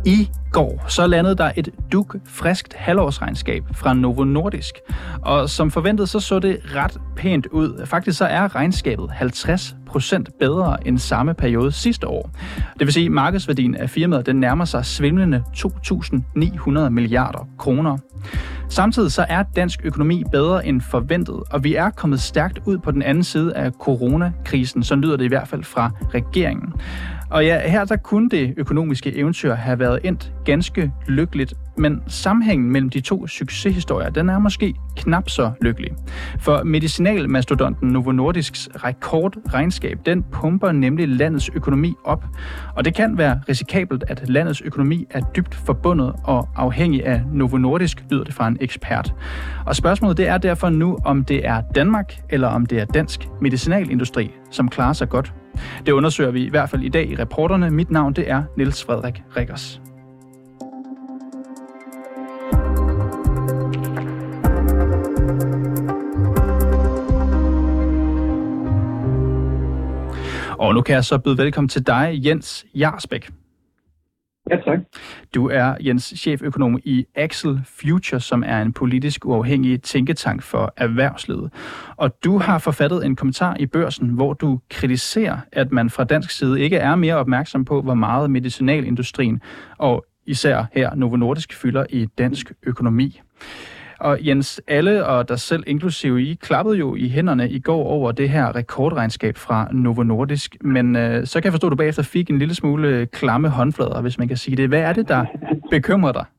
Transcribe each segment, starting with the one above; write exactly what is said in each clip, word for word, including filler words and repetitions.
I går så landede der et dugfriskt halvårsregnskab fra Novo Nordisk, og som forventet så så det ret pænt ud. Faktisk så er regnskabet halvtreds procent bedre end samme periode sidste år. Det vil sige, at markedsværdien af firmaet den nærmer sig svimlende to tusind ni hundrede milliarder kroner. Samtidig så er dansk økonomi bedre end forventet, og vi er kommet stærkt ud på den anden side af coronakrisen, så lyder det i hvert fald fra regeringen. Og ja, her der kunne det økonomiske eventyr have været endt ganske lykkeligt, men sammenhængen mellem de to succeshistorier, den er måske knap så lykkelig. For medicinalmastodonten Novo Nordisks rekordregnskab, den pumper nemlig landets økonomi op, og det kan være risikabelt, at landets økonomi er dybt forbundet og afhængig af Novo Nordisk, lyder det fra en ekspert. Og spørgsmålet det er derfor nu, om det er Danmark eller om det er dansk medicinalindustri, som klarer sig godt. Det undersøger vi i hvert fald i dag i Reporterne. Mit navn det er Niels Frederik Riggers. Og nu kan jeg så byde velkommen til dig, Jens Jarsbæk. Ja, tak. Du er, Jens, cheføkonom i Axel Future, som er en politisk uafhængig tænketank for erhvervslivet. Og du har forfattet en kommentar i Børsen, hvor du kritiserer, at man fra dansk side ikke er mere opmærksom på, hvor meget medicinalindustrien og især her Novo Nordisk fylder i dansk økonomi. Og Jens, alle og dig selv inklusive I klappede jo i hænderne i går over det her rekordregnskab fra Novo Nordisk, men øh, så kan jeg forstå, at du bagefter fik en lille smule klamme håndflader, hvis man kan sige det. Hvad er det, der bekymrer dig?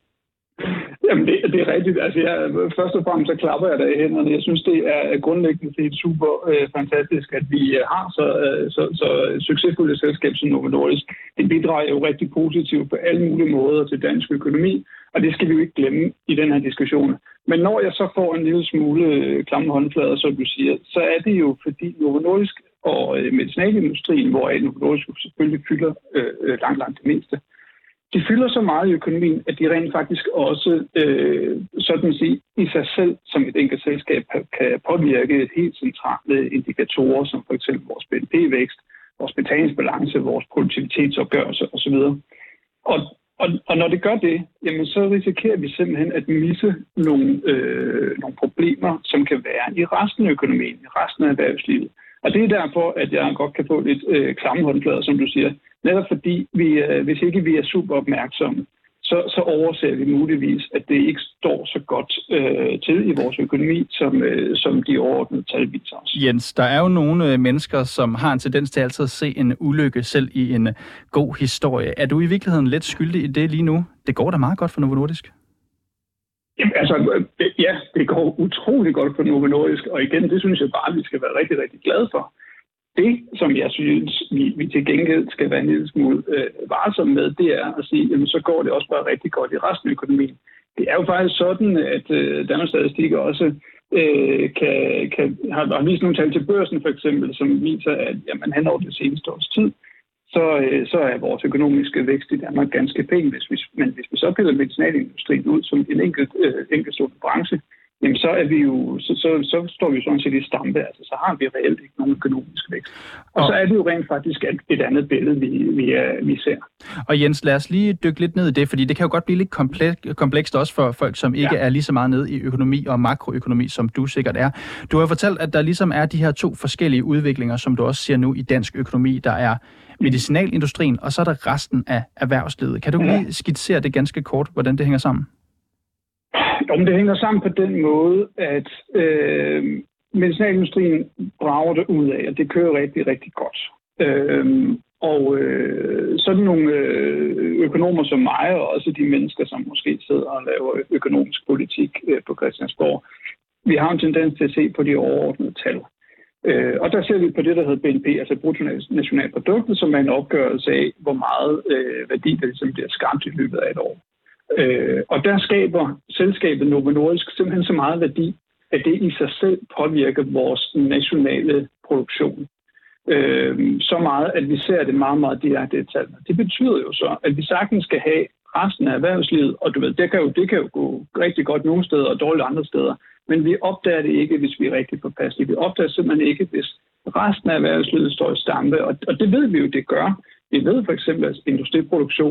Jamen, det, det er rigtigt. Altså, jeg, først og fremmest så klapper jeg der i hænderne. Jeg synes, det er grundlæggende set super øh, fantastisk, at vi har så, øh, så, så succesfulde selskab som Novo Nordisk. Det bidrager jo rigtig positivt på alle mulige måder til dansk økonomi, og det skal vi jo ikke glemme i den her diskussion. Men når jeg så får en lille smule øh, klamme håndflader, som du siger, så er det jo fordi Novo Nordisk og øh, medicinalindustrien, hvor Novo Nordisk selvfølgelig fylder øh, langt, langt det meste, de fylder så meget i økonomien, at de rent faktisk også øh, sådan at sige, i sig selv som et enkelt selskab kan påvirke helt centrale indikatorer, som for eksempel vores B N P-vækst, vores betalingsbalance, vores produktivitetsopgørelse osv. Og, og, og når det gør det, jamen så risikerer vi simpelthen at misse nogle, øh, nogle problemer, som kan være i resten af økonomien, i resten af erhvervslivet. Og det er derfor, at jeg godt kan få lidt øh, klamme håndflader, som du siger. Netop fordi, vi, øh, hvis ikke vi er super opmærksomme, så, så overser vi muligvis, at det ikke står så godt øh, til i vores økonomi, som, øh, som de overordnede tal viser os. Jens, der er jo nogle mennesker, som har en tendens til altid at se en ulykke selv i en god historie. Er du i virkeligheden lidt skyldig i det lige nu? Det går da meget godt for Novo Nordisk. Jamen, altså, ja, det går utrolig godt for Novo Nordisk, og igen, det synes jeg bare, vi skal være rigtig, rigtig glade for. Det, som jeg synes, vi, vi til gengæld skal være en lille smule øh, varsomme med, det er at sige, jamen så går det også bare rigtig godt i resten af økonomien. Det er jo faktisk sådan, at øh, Danmarks Statistik også øh, kan, kan, har, har vist nogle tal til Børsen for eksempel, som viser, at jamen, hen over det seneste års tid, så, øh, så er vores økonomiske vækst i Danmark ganske pæn. Hvis vi, men hvis vi så piller medicinalindustrien ud som en enkelt, øh, enkeltstående branche, jamen så er vi jo så, så, så står vi sådan set i stampe, altså så har vi reelt ikke nogen økonomisk vækst. Og, og så er det jo rent faktisk et, et andet billede, vi, vi, er, vi ser. Og Jens, lad os lige dykke lidt ned i det, fordi det kan jo godt blive lidt kompleks, komplekst også for folk, som ikke ja. er lige så meget nede i økonomi og makroøkonomi, som du sikkert er. Du har fortalt, at der ligesom er de her to forskellige udviklinger, som du også ser nu i dansk økonomi. Der er medicinalindustrien, og så er der resten af erhvervslivet. Kan du ja. lige skitsere det ganske kort, hvordan det hænger sammen? Om det hænger sammen på den måde, at øh, medicinalindustrien brager det ud af, og det kører rigtig, rigtig godt. Øh, og øh, sådan nogle øh, økonomer som mig, og også de mennesker, som måske sidder og laver økonomisk politik øh, på Christiansborg, vi har en tendens til at se på de overordnede tal. Øh, og der ser vi på det, der hedder B N P, altså bruttonationalproduktet, som er en opgørelse af, hvor meget øh, værdi der ligesom bliver skabt i løbet af et år. Øh, og der skaber selskabet Novo Nordisk simpelthen så meget værdi, at det i sig selv påvirker vores nationale produktion. Øh, så meget, at vi ser det meget, meget direkte i tallene. Det betyder jo så, at vi sagtens skal have resten af erhvervslivet, og du ved, det kan jo, det kan jo gå rigtig godt nogle steder og dårligt andre steder, men vi opdager det ikke, hvis vi er rigtig påpasselige. Vi opdager simpelthen ikke, hvis resten af erhvervslivet står i stampe, og, og det ved vi jo, det gør. Vi ved for eksempel, at industriproduktionen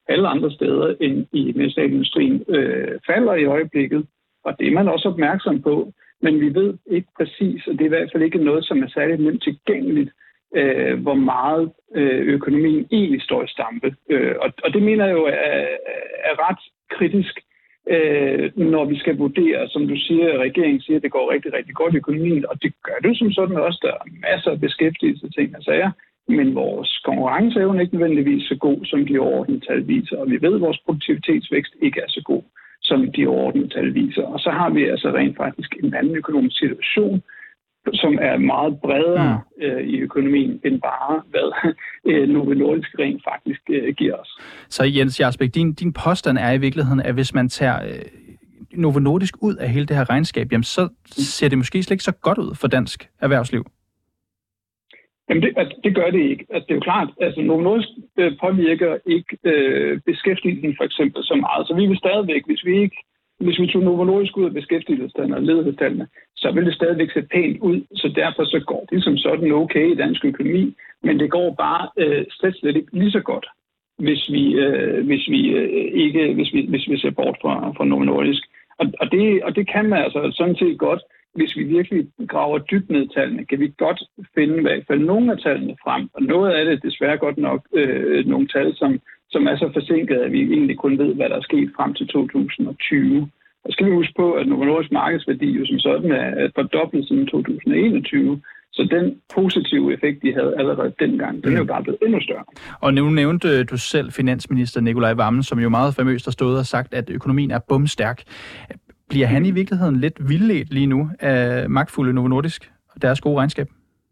alle andre steder end i medicinalindustrien øh, falder i øjeblikket, og det er man også opmærksom på. Men vi ved ikke præcis, og det er i hvert fald ikke noget, som er særligt nemt tilgængeligt, øh, hvor meget øh, økonomien egentlig står i stampe. Øh, og, og det mener jeg jo er, er ret kritisk, øh, når vi skal vurdere, som du siger, regeringen siger, at det går rigtig, rigtig godt i økonomien, og det gør det som sådan også. Der er masser af beskæftigelse ting og sager, men vores konkurrenceevne er ikke nødvendigvis så god, som de overordnede tal viser, og vi ved, at vores produktivitetsvækst ikke er så god, som de overordnede tal viser. Og så har vi altså rent faktisk en anden økonomisk situation, som er meget bredere mm. øh, i økonomien, end bare, hvad øh, Novo Nordisk rent faktisk øh, giver os. Så Jens Gjersbæk, din, din påstand er i virkeligheden, at hvis man tager øh, Novo Nordisk ud af hele det her regnskab, jamen så ser det måske slet ikke så godt ud for dansk erhvervsliv. Jamen det, altså, det gør det ikke. Altså, det er jo klart, at altså, Novo Nordisk øh, påvirker ikke øh, beskæftigelsen for eksempel så meget. Så vi vil stadigvæk, hvis vi ikke hvis vi tog Novo Nordisk ud af beskæftigelsestallene og ledighedstallene, så vil det stadigvæk se pænt ud. Så derfor så går det som sådan okay i dansk økonomi, men det går bare øh, slet, slet ikke lige så godt, hvis vi, øh, hvis vi øh, ikke hvis vi, hvis vi ser bort fra, fra Novo Nordisk. Og, og, det, og det kan man altså sådan set godt. Hvis vi virkelig graver dybt ned i tallene, kan vi godt finde i hvert fald nogle af tallene frem. Og noget af det er desværre godt nok øh, nogle tal, som, som er så forsinket, at vi egentlig kun ved, hvad der er sket frem til to tusind og tyve. Og skal vi huske på, at Novo Nordisk markedsværdi jo som sådan er fordoblet siden to tusind og enogtyve. Så den positive effekt, de havde allerede dengang, den er jo bare blevet endnu større. Og nu nævnte du selv finansminister Nicolai Wammen, som jo meget famøst har stået og sagt, at økonomien er bumstærk. Bliver han i virkeligheden lidt vildledt lige nu af magtfulde Novo Nordisk og deres gode regnskab?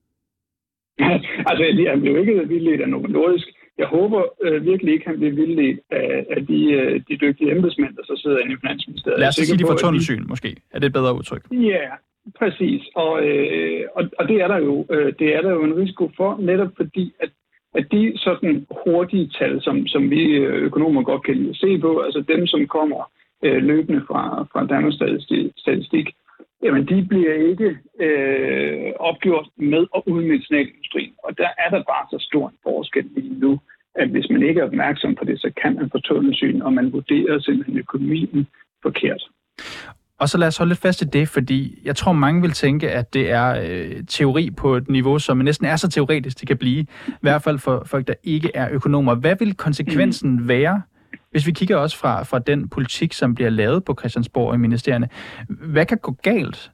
Altså, han blev ikke vildledt af Novo Nordisk. Jeg håber øh, virkelig ikke, han bliver vildledt af, af de, øh, de dygtige embedsmænd, der så sidder inde i Finansministeriet. Lad os sige, de får tunnelsyn, måske. Er det et bedre udtryk? Ja, præcis. Og, øh, og, og det, er der jo, øh, det er der jo en risiko for, netop fordi, at, at de sådan hurtige tal, som, som vi økonomer godt kan lide at se på, altså dem, som kommer øh, løbende fra, fra Danmarks Statistik, jamen de bliver ikke øh, opgjort med og uden medicinalindustrien. Og der er der bare så stor en forskel lige nu, at hvis man ikke er opmærksom på det, så kan man få tunnelsyn, og man vurderer simpelthen økonomien forkert. Og så lad os holde lidt fast i det, fordi jeg tror, mange vil tænke, at det er øh, teori på et niveau, som næsten er så teoretisk, det kan blive. I hvert fald for folk, der ikke er økonomer. Hvad vil konsekvensen mm. være, hvis vi kigger også fra, fra den politik, som bliver lavet på Christiansborg og i ministerierne? Hvad kan gå galt,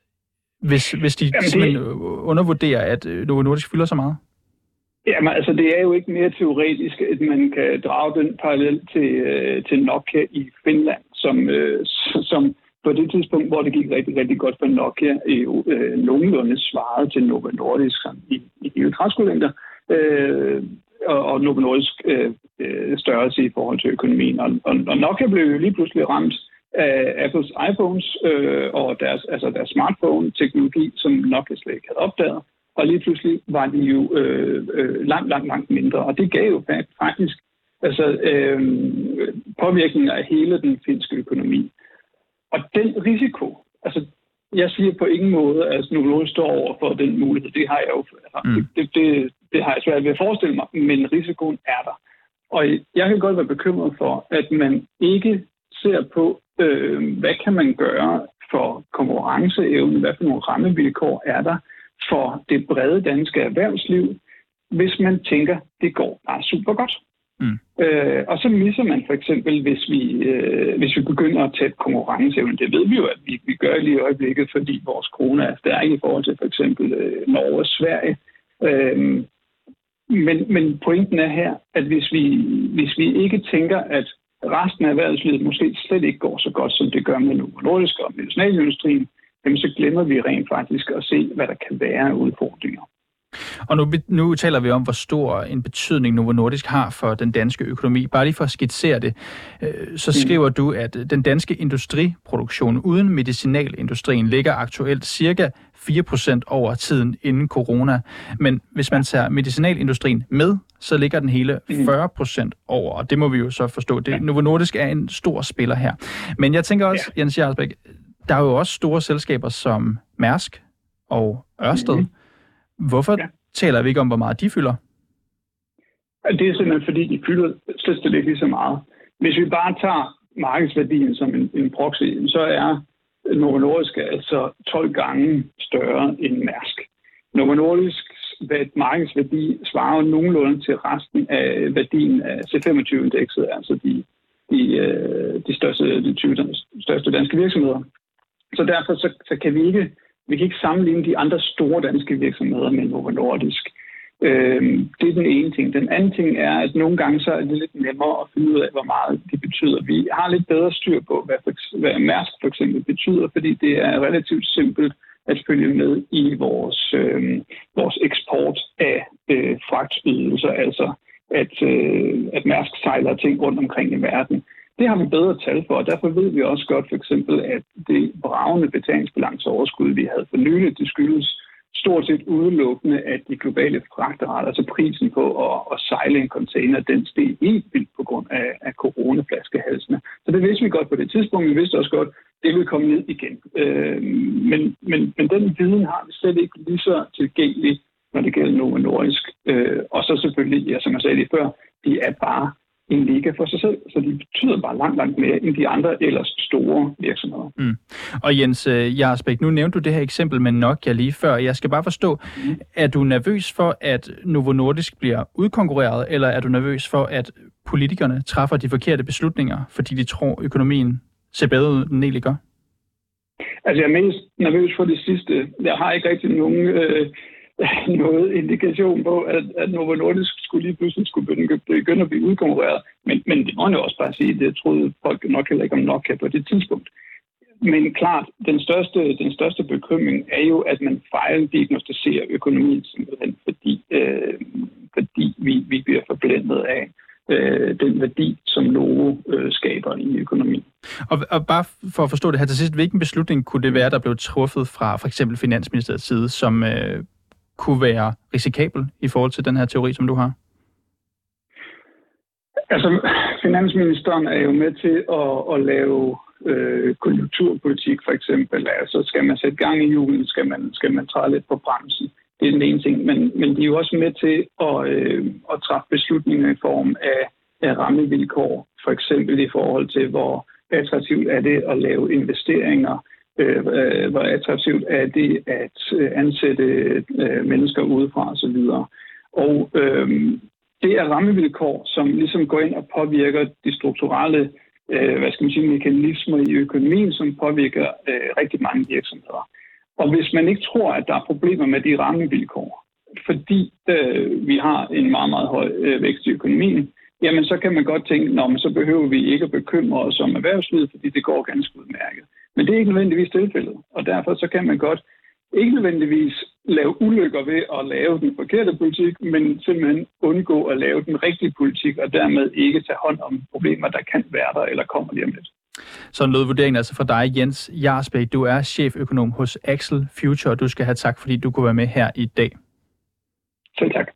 hvis, hvis de Jamen, simpelthen det... undervurderer, at Novo Nordisk fylder så meget? Jamen altså, det er jo ikke mere teoretisk, at man kan drage den parallel til, øh, til Nokia i Finland, som, øh, som på det tidspunkt, hvor det gik rigtig, rigtig godt for Nokia, er jo øh, nogenlunde svaret til Novo Nordisk i, i de træskolængder, øh, og, og Novo Nordisk øh, størrelse i forhold til økonomien. Og, og, og Nokia blev jo lige pludselig ramt af Apples iPhones øh, og deres, altså deres smartphone-teknologi, som Nokia slet ikke havde opdaget. Og lige pludselig var de jo øh, øh, langt, langt, langt mindre. Og det gav jo faktisk altså, øh, påvirkninger af hele den finske økonomi. Og den risiko, altså jeg siger på ingen måde, at Novo Nordisk står over for den mulighed. Det har jeg jo mm. det, det, det har jeg svært ved at forestille mig, men risikoen er der. Og jeg kan godt være bekymret for, at man ikke ser på, øh, hvad kan man gøre for konkurrenceevne, hvad for nogle rammevilkår er der for det brede danske erhvervsliv, hvis man tænker, det går bare super godt. Mm. Øh, og så misser man for eksempel, hvis vi, øh, hvis vi begynder at tage konkurrenceevne. Det ved vi jo, at vi, vi gør lige i øjeblikket, fordi vores krone er stærk i forhold til for eksempel øh, Norge og Sverige. Øh, men, men pointen er her, at hvis vi, hvis vi ikke tænker, at resten af erhvervslivet måske slet ikke går så godt, som det gør med Novo Nordisk og medicinalindustrien, jamen så glemmer vi rent faktisk at se, hvad der kan være af udfordringer. Og nu, nu taler vi om, hvor stor en betydning Novo Nordisk har for den danske økonomi. Bare lige for at skitsere det, så skriver mm. du, at den danske industriproduktion uden medicinalindustrien ligger aktuelt cirka fire procent over tiden inden corona. Men hvis man tager medicinalindustrien med, så ligger den hele fyrre procent over, og det må vi jo så forstå. Det, Novo Nordisk er en stor spiller her. Men jeg tænker også, Jens Gjersbæk, der er jo også store selskaber som Mærsk og Ørsted. Mm. Hvorfor ja. taler vi ikke om, hvor meget de fylder? Det er simpelthen fordi, de fylder slet slet ikke lige så meget. Hvis vi bare tager markedsværdien som en, en proxy, så er Novo Nordisk altså tolv gange større end Mærsk. Novo Nordisks markedsværdi svarer nogenlunde til resten af værdien af C femogtyve-indekset, altså de, de, de, største, de tyve største danske virksomheder. Så derfor så, så kan vi ikke, vi kan ikke sammenligne de andre store danske virksomheder med Novo Nordisk. Øhm, det er den ene ting. Den anden ting er, at nogle gange så er det lidt nemmere at finde ud af, hvor meget det betyder. Vi har lidt bedre styr på, hvad, for, hvad Mærsk for eksempel betyder, fordi det er relativt simpelt at følge med i vores, øh, vores eksport af øh, fragtydelser, altså at, øh, at Mærsk sejler ting rundt omkring i verden. Det har vi bedre tal for, og derfor ved vi også godt for eksempel, at det bragende betalingsbalanceoverskud, vi havde for nylig, det skyldes stort set udelukkende, at de globale fragtrater, altså prisen på at, at sejle en container, den steg helt vildt på grund af, af coronaflaskehalsene. Så det vidste vi godt på det tidspunkt. Vi vidste også godt, at det ville komme ned igen. Øh, men, men, men den viden har vi slet ikke lige så tilgængelig, når det gælder Novo Nordisk. Øh, og så selvfølgelig, ja, som jeg sagde lige før, de er bare en liga for sig selv, så de betyder bare langt, langt mere end de andre ellers store virksomheder. Mm. Og Jens Jarsbæk, nu nævnte du det her eksempel med Nokia lige før. Jeg skal bare forstå, mm. er du nervøs for, at Novo Nordisk bliver udkonkurreret, eller er du nervøs for, at politikerne træffer de forkerte beslutninger, fordi de tror, økonomien ser bedre ud, end den egentlig gør? Altså, jeg er mest nervøs for det sidste. Jeg har ikke rigtig nogen... Øh, noget indikation på, at, at Novo Nordisk skulle lige pludselig skulle begynde, begynde at blive udkonkurreret. Men, men det må jeg også bare sige, det troede folk nok heller ikke om Nokia på det tidspunkt. Men klart, den største, den største bekymring er jo, at man fejldiagnostiserer økonomien simpelthen, fordi, øh, fordi vi, vi bliver forblændet af øh, den værdi, som Novo øh, skaber i økonomien. Og, og bare for at forstå det her til sidst, hvilken beslutning kunne det være, der blev truffet fra for eksempel Finansministeriets side, som øh, kunne være risikabel i forhold til den her teori, som du har? Altså, Finansministeren er jo med til at, at lave øh, konjunkturpolitik, for eksempel. Altså, skal man sætte gang i julen, skal man, skal man træde lidt på bremsen. Det er den ene ting. Men, men de er jo også med til at, øh, at træffe beslutninger i form af, af rammevilkår. For eksempel i forhold til, hvor attraktivt er det at lave investeringer. Øh, hvor attraktivt er det at ansætte øh, mennesker udefra osv. Og øh, det er rammevilkår, som ligesom går ind og påvirker de strukturelle øh, hvad skal man sige, mekanismer i økonomien, som påvirker øh, rigtig mange virksomheder. Og hvis man ikke tror, at der er problemer med de rammevilkår, fordi øh, vi har en meget, meget høj øh, vækst i økonomien, jamen så kan man godt tænke, nå, men så behøver vi ikke at bekymre os om erhvervslivet, fordi det går ganske udmærket. Men det er ikke nødvendigvis tilfældet, og derfor så kan man godt ikke nødvendigvis lave ulykker ved at lave den forkerte politik, men simpelthen undgå at lave den rigtige politik, og dermed ikke tage hånd om problemer, der kan være der eller kommer lige om lidt. Sådan lød vurderingen altså fra dig, Jens Jarsbæk. Du er cheføkonom hos Axel Future, og du skal have tak, fordi du kunne være med her i dag. Selv tak.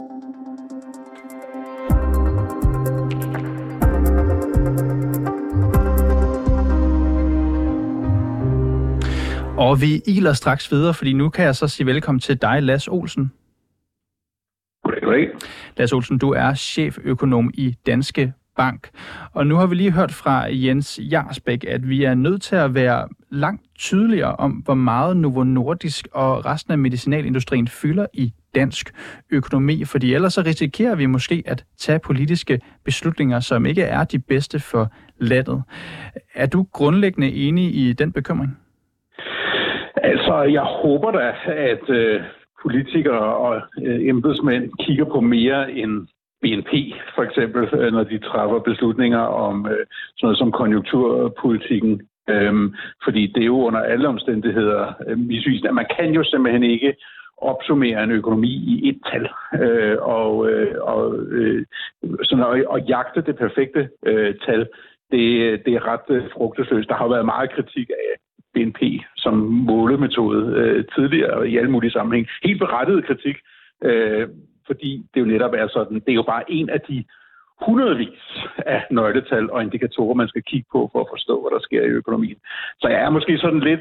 Og vi iler straks videre, fordi nu kan jeg så sige velkommen til dig, Lasse Olsen. Goddag. Lasse Olsen, du er cheføkonom i Danske Bank. Og nu har vi lige hørt fra Jens Jarsbæk, at vi er nødt til at være langt tydeligere om, hvor meget Novo Nordisk og resten af medicinalindustrien fylder i dansk økonomi, fordi ellers så risikerer vi måske at tage politiske beslutninger, som ikke er de bedste for landet. Er du grundlæggende enig i den bekymring? Altså, jeg håber da, at øh, politikere og øh, embedsmænd kigger på mere end B N P, for eksempel, øh, når de træffer beslutninger om øh, sådan noget som konjunkturpolitikken. Øhm, fordi det er jo under alle omstændigheder øh, misvisende. Man kan jo simpelthen ikke opsummere en økonomi i et tal øh, og, øh, og, øh, sådan, og, og jagte det perfekte øh, tal. Det, det er ret øh, frugtesløst. Der har været meget kritik af B N P som målemetode øh, tidligere i alle mulige sammenhæng. Helt berettiget kritik, øh, fordi det jo netop er sådan, det er jo bare en af de hundredvis af nøgletal og indikatorer, man skal kigge på for at forstå, hvad der sker i økonomien. Så jeg er måske sådan lidt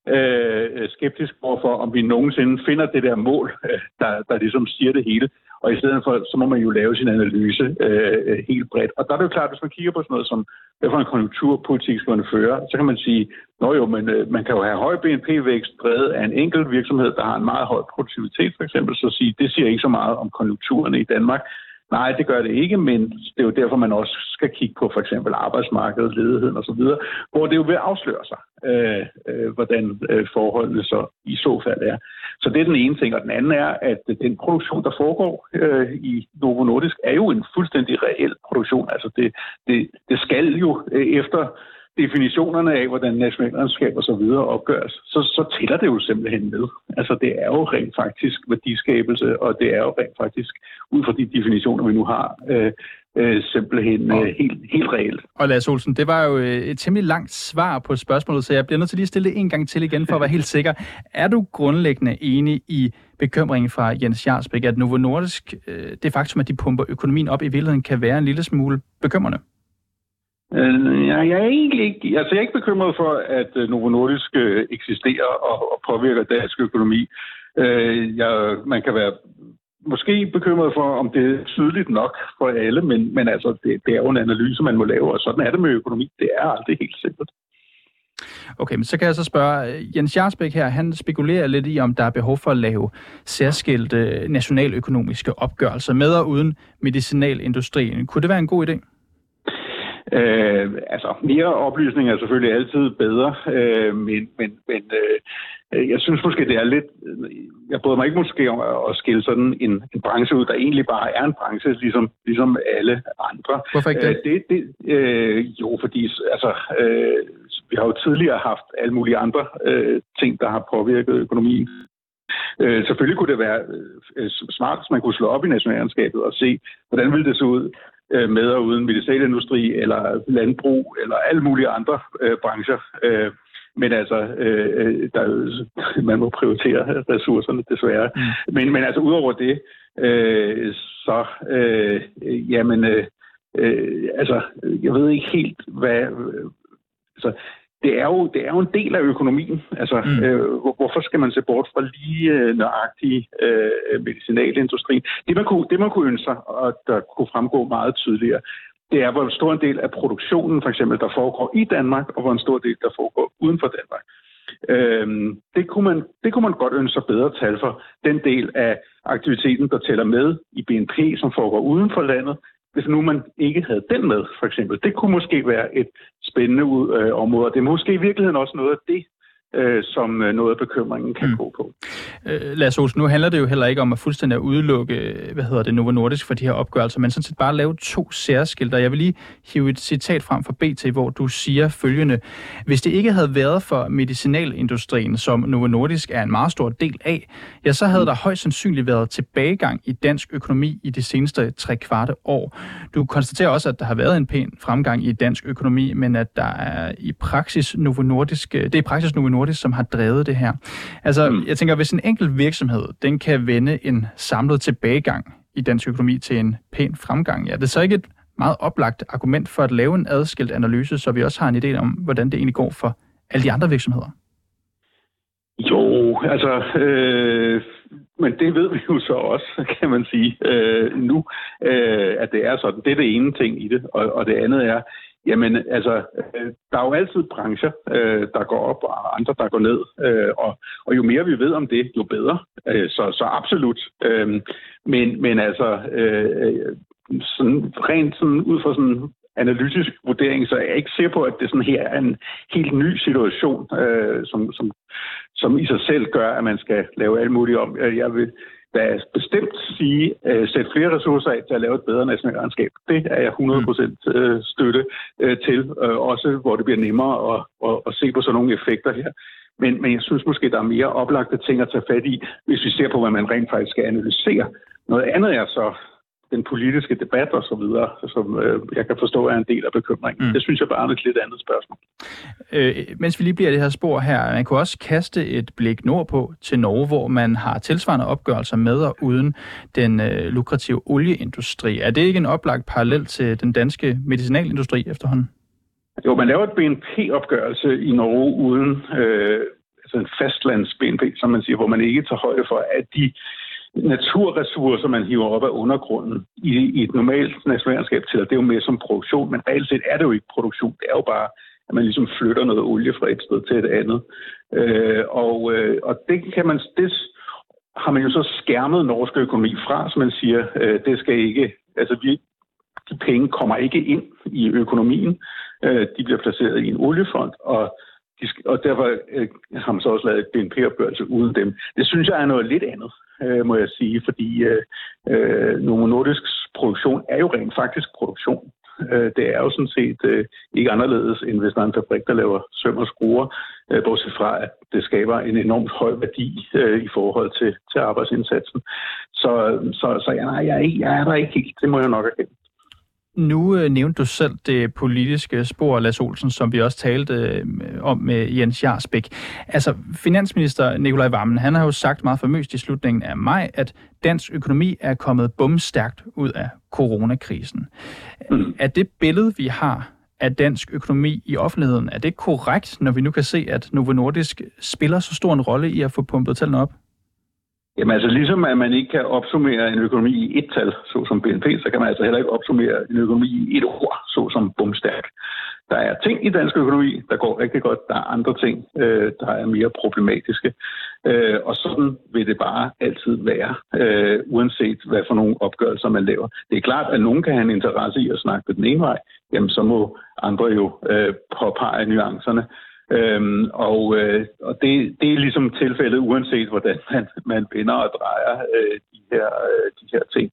øh, skeptisk overfor, om vi nogensinde finder det der mål, øh, der, der ligesom siger det hele. Og i stedet for, så må man jo lave sin analyse øh, helt bredt. Og der er det jo klart, hvis man kigger på sådan noget som, hvad for en konjunkturpolitik skal man føre, så kan man sige, nå jo, men øh, man kan jo have høj B N P-vækst drevet af en enkelt virksomhed, der har en meget høj produktivitet, for eksempel, så sige, det siger ikke så meget om konjunkturerne i Danmark. Nej, det gør det ikke, men det er jo derfor, man også skal kigge på for eksempel arbejdsmarkedet, ledigheden osv., hvor det jo vil afsløre sig, øh, øh, hvordan øh, forholdene så i så fald er. Så det er den ene ting, og den anden er, at den produktion, der foregår øh, i Novo Nordisk, er jo en fuldstændig reel produktion. Altså det, det, det skal jo øh, efter definitionerne af, hvordan nationalregnskab og så videre opgøres, så, så tæller det jo simpelthen med. Altså det er jo rent faktisk værdiskabelse, og det er jo rent faktisk, ud fra de definitioner, vi nu har, øh, øh, simpelthen øh, helt, helt reelt. Og Lasse Olsen, det var jo et temmelig langt svar på spørgsmålet, så jeg bliver nødt til lige at stille det en gang til igen, for at være helt sikker. Er du grundlæggende enig i bekymringen fra Jens Jarlsbeck, at Novo Nordisk, øh, det faktum, at de pumper økonomien op i virkeligheden, kan være en lille smule bekymrende? Ja, jeg er egentlig ikke, altså jeg er ikke bekymret for, at Novo Nordisk eksisterer og, og påvirker dansk økonomi. Jeg, man kan være måske bekymret for, om det er tydeligt nok for alle, men, men altså det, det er jo en analyse, man må lave, og sådan er det med økonomi. Det er aldrig helt simpelt. Okay, men så kan jeg så spørge, Jens Jarlsbeck her, han spekulerer lidt i, om der er behov for at lave særskilte nationaløkonomiske opgørelser med og uden medicinalindustrien. Kunne det være en god idé? Øh, altså, mere oplysning er selvfølgelig altid bedre, øh, men, men, men øh, jeg synes måske, det er lidt... Jeg bryder mig ikke måske om at skille sådan en, en branche ud, der egentlig bare er en branche, ligesom, ligesom alle andre. Hvorfor ikke det? Øh, det, det øh, jo, fordi altså, øh, vi har jo tidligere haft alle mulige andre øh, ting, der har påvirket økonomien. Øh, selvfølgelig kunne det være øh, smart, hvis man kunne slå op i nationalregnskabet og se, hvordan ville det se ud med og uden medicinalindustri eller landbrug eller alle mulige andre øh, brancher. Øh, men altså, øh, der, man må prioritere ressourcerne desværre. Mm. Men, men altså, udover det, øh, så, øh, jamen, øh, øh, altså, jeg ved ikke helt, hvad... Øh, altså, Det er, jo, det er jo en del af økonomien. Altså, mm. øh, hvor, hvorfor skal man se bort fra lige øh, nøjagtige øh, medicinalindustrien? Det man, kunne, det, man kunne ønske sig, og der kunne fremgå meget tydeligere, det er, hvor en stor del af produktionen, for eksempel, der foregår i Danmark, og hvor en stor del, der foregår uden for Danmark. Øh, det, kunne man, det kunne man godt ønske sig bedre tal for. Den del af aktiviteten, der tæller med i B N P, som foregår uden for landet, hvis nu man ikke havde den med, for eksempel. Det kunne måske være et spændende øh, område. Det er måske i virkeligheden også noget af det, øh, som øh, noget af bekymringen kan mm. gå på. Øh, Lasse Olsen, nu handler det jo heller ikke om at fuldstændig udelukke, hvad hedder det, Novo Nordisk for de her opgørelser, men sådan set bare lave to særskilter. Jeg vil lige hive et citat frem fra B T, hvor du siger følgende: hvis det ikke havde været for medicinalindustrien, som Novo Nordisk er en meget stor del af, ja, så havde mm. der højst sandsynligt været tilbagegang i dansk økonomi i de seneste tre kvarte år. Du konstaterer også, at der har været en pæn fremgang i dansk økonomi, men at der er i praksis Novo Nordisk, det er i praksis Novo Nordisk, som har drevet det her. Altså, mm. jeg tænker, hvis en enkelt virksomhed, den kan vende en samlet tilbagegang i dansk økonomi til en pæn fremgang, ja, det er så ikke et meget oplagt argument for at lave en adskilt analyse, så vi også har en idé om, hvordan det egentlig går for alle de andre virksomheder? Jo, altså, øh, men det ved vi jo så også, kan man sige, øh, nu, øh, at det er sådan. Det er det ene ting i det, og, og det andet er, jamen, altså, øh, der er jo altid brancher, øh, der går op, og andre, der går ned, øh, og, og jo mere vi ved om det, jo bedre. Øh, så, så absolut. Øh, men, men altså, øh, sådan, rent sådan, ud fra sådan analytisk vurdering, så er jeg ikke sikker på, at det sådan her er en helt ny situation, øh, som, som, som i sig selv gør, at man skal lave alt muligt om. Jeg vil da bestemt sige, at sætte flere ressourcer af til at lave et bedre nationalregnskab. Det er jeg hundrede procent støtte til, også hvor det bliver nemmere at, at, at se på sådan nogle effekter her. Men, men jeg synes måske, der er mere oplagte ting at tage fat i, hvis vi ser på, hvad man rent faktisk skal analysere. Noget andet er så den politiske debat og så videre, som øh, jeg kan forstå er en del af bekymringen. Mm. Det synes jeg bare er et lidt andet spørgsmål. Øh, mens vi lige bliver det her spor her, man kunne også kaste et blik nordpå til Norge, hvor man har tilsvarende opgørelser med og uden den øh, lukrative olieindustri. Er det ikke en oplagt parallel til den danske medicinalindustri efterhånden? Jo, man laver et B N P-opgørelse i Norge uden... Øh, altså en fastlands-B N P, som man siger, hvor man ikke tager højde for, at de naturressourcer, man hiver op af undergrunden i, i et normalt nationalregnskab til, det er jo mere som produktion, men reelt set er det jo ikke produktion. Det er jo bare, at man ligesom flytter noget olie fra et sted til et andet. Øh, og, øh, og det kan man, det har man jo så skærmet norsk økonomi fra, som man siger, øh, det skal ikke, altså vi, de penge kommer ikke ind i økonomien, øh, de bliver placeret i en oliefond, og Og derfor øh, har man så også lavet et B N P-opgørelse uden dem. Det synes jeg er noget lidt andet, øh, må jeg sige, fordi øh, Novo Nordisks produktion er jo rent faktisk produktion. Øh, det er jo sådan set øh, ikke anderledes, end hvis der er en fabrik, der laver søm og skruer, øh, bortset fra, at det skaber en enormt høj værdi øh, i forhold til, til arbejdsindsatsen. Så, så, så ja, nej, jeg, er ikke, jeg er der ikke helt. Det må jeg nok erkende. Nu øh, nævnte du selv det politiske spor, Lasse Olsen, som vi også talte øh, om med Jens Jarsbæk. Altså, finansminister Nicolai Wammen, han har jo sagt meget famøst i slutningen af maj, at dansk økonomi er kommet bumstærkt ud af coronakrisen. Mm. Er det billede, vi har af dansk økonomi i offentligheden, er det korrekt, når vi nu kan se, at Novo Nordisk spiller så stor en rolle i at få pumpet tallene op? Jamen altså, ligesom at man ikke kan opsummere en økonomi i et tal, såsom B N P, så kan man altså heller ikke opsummere en økonomi i et ord, såsom bumstærk. Der er ting i dansk økonomi, der går rigtig godt. Der er andre ting, øh, der er mere problematiske. Øh, og sådan vil det bare altid være, øh, uanset hvad for nogle opgørelser man laver. Det er klart, at nogen kan have en interesse i at snakke på den ene vej. Jamen, så må andre jo øh, påpege nuancerne. Øhm, og øh, og det, det er ligesom tilfældet, uanset hvordan man, man vender og drejer øh, de, her, øh, de her ting.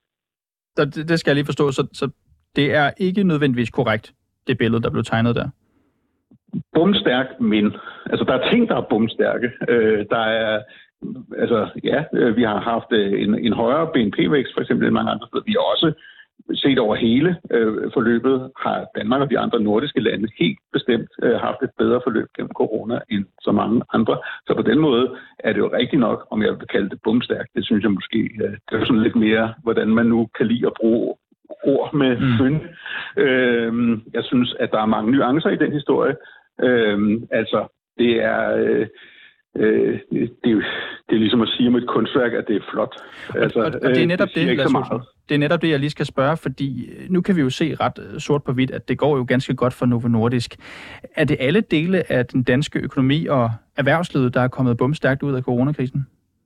Så det, det skal jeg lige forstå, så, så det er ikke nødvendigvis korrekt, det billede, der blev tegnet der? Bumstærk, men altså der er ting, der er bumstærke. Øh, der er, altså ja, vi har haft en, en højere B N P-vækst, for eksempel end mange andre steder. Vi har også set over hele øh, forløbet, har Danmark og de andre nordiske lande helt bestemt øh, haft et bedre forløb gennem corona end så mange andre. Så på den måde er det jo rigtigt nok, om jeg vil kalde det bumstærkt. Det synes jeg måske, øh, det er sådan lidt mere, hvordan man nu kan lide at bruge ord med fynd. Mm. Øh, jeg synes, at der er mange nuancer i den historie. Øh, altså, det er... Øh, Øh, det, det, er jo, det er ligesom at sige om et kunstværk, at det er flot. Altså, og, og, og det er netop det, det, det, det er netop det, jeg lige skal spørge, fordi nu kan vi jo se ret sort på hvidt, at det går jo ganske godt for Novo Nordisk. Er det alle dele af den danske økonomi og erhvervslivet, der er kommet bumstærkt ud af coronakrisen?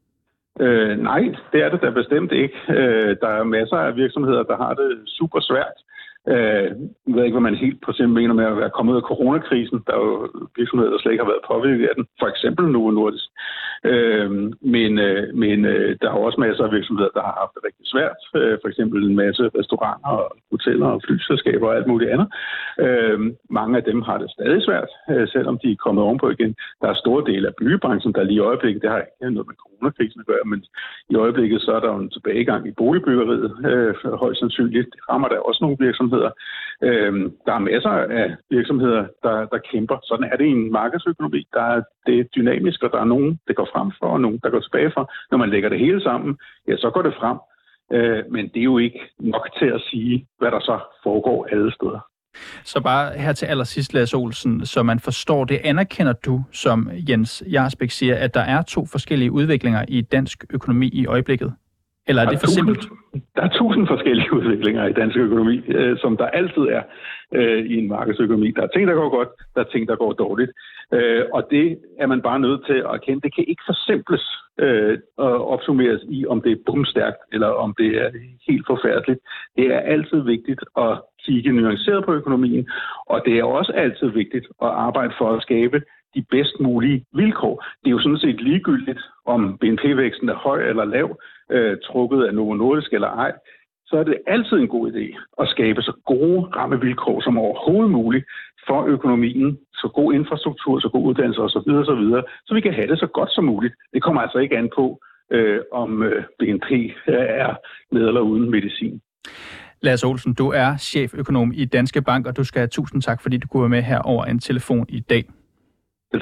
Øh, nej, det er det da bestemt ikke. Øh, der er masser af virksomheder, der har det super svært. Øh, jeg ved ikke, hvad man helt præcis mener med at være kommet ud af coronakrisen. Der er jo virksomheder, der slet ikke har været påvirket af den. For eksempel Novo Nordisk. Øh, men øh, men øh, der er også masser af virksomheder, der har haft det rigtig svært. Øh, for eksempel en masse restauranter, og hoteller og flyselskaber og alt muligt andet. Øh, mange af dem har det stadig svært, øh, selvom de er kommet ovenpå igen. Der er store dele af byggebranchen, der lige i øjeblikket, det har ikke noget med coronakrisen at gøre, men i øjeblikket så er der jo en tilbagegang i boligbyggeriet, øh, højst sandsynligt. Det rammer der også nogle virksomheder. Øhm, der er masser af virksomheder, der, der kæmper. Sådan er det i en markedsøkonomi. Der er, det er dynamisk, og der er nogen, der går frem for, og nogen, der går tilbage for. Når man lægger det hele sammen, ja, så går det frem. Øh, men det er jo ikke nok til at sige, hvad der så foregår alle steder. Så bare her til allersidst, Lasse Olsen, så man forstår det, anerkender du, som Jens Jarsbæk siger, at der er to forskellige udviklinger i dansk økonomi i øjeblikket? Eller er det for simpelt? Der er tusind forskellige udviklinger i dansk økonomi, øh, som der altid er øh, i en markedsøkonomi. Der er ting, der går godt, der er ting, der går dårligt. Øh, og det er man bare nødt til at erkende. Det kan ikke forsimples øh, og opsummeres i, om det er bumstærkt, eller om det er helt forfærdeligt. Det er altid vigtigt at kigge nuanceret på økonomien, og det er også altid vigtigt at arbejde for at skabe de bedst mulige vilkår. Det er jo sådan set ligegyldigt, om B N P-væksten er høj eller lav, øh, trukket af Novo Nordisk eller ej, så er det altid en god idé at skabe så gode rammevilkår som overhovedet muligt for økonomien, så god infrastruktur, så god uddannelse osv., osv., så vi kan have det så godt som muligt. Det kommer altså ikke an på, øh, om øh, B N P er med eller uden medicin. Lasse Olsen, du er cheføkonom i Danske Bank, og du skal have tusind tak, fordi du kunne være med her over en telefon i dag. Tak.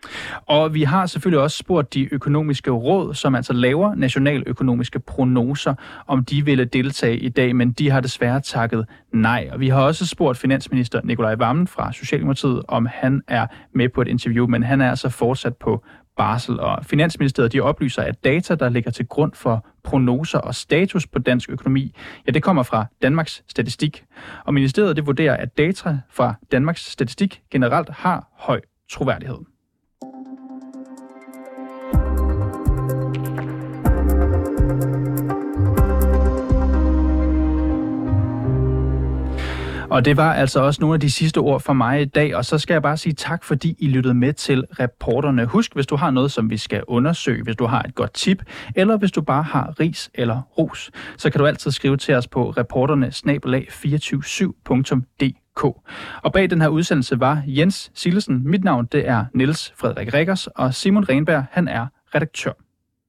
Og vi har selvfølgelig også spurgt de økonomiske råd, som altså laver nationaløkonomiske prognoser, om de ville deltage i dag, men de har desværre takket nej. Og vi har også spurgt finansminister Nicolai Wammen fra Socialdemokratiet, om han er med på et interview, men han er altså fortsat på barsel. Og Finansministeriet de oplyser, at data, der ligger til grund for prognoser og status på dansk økonomi, ja, det kommer fra Danmarks Statistik. Og ministeriet det vurderer, at data fra Danmarks Statistik generelt har høj troværdighed. Og det var altså også nogle af de sidste ord fra mig i dag, og så skal jeg bare sige tak, fordi I lyttede med til Reporterne. Husk, hvis du har noget, som vi skal undersøge, hvis du har et godt tip, eller hvis du bare har ris eller ros, så kan du altid skrive til os på reporterne snabel-a to fire syv punktum d k. Og bag den her udsendelse var Jens Sillesen. Mit navn det er Niels Frederik Rikkers, og Simon Renberg, han er redaktør.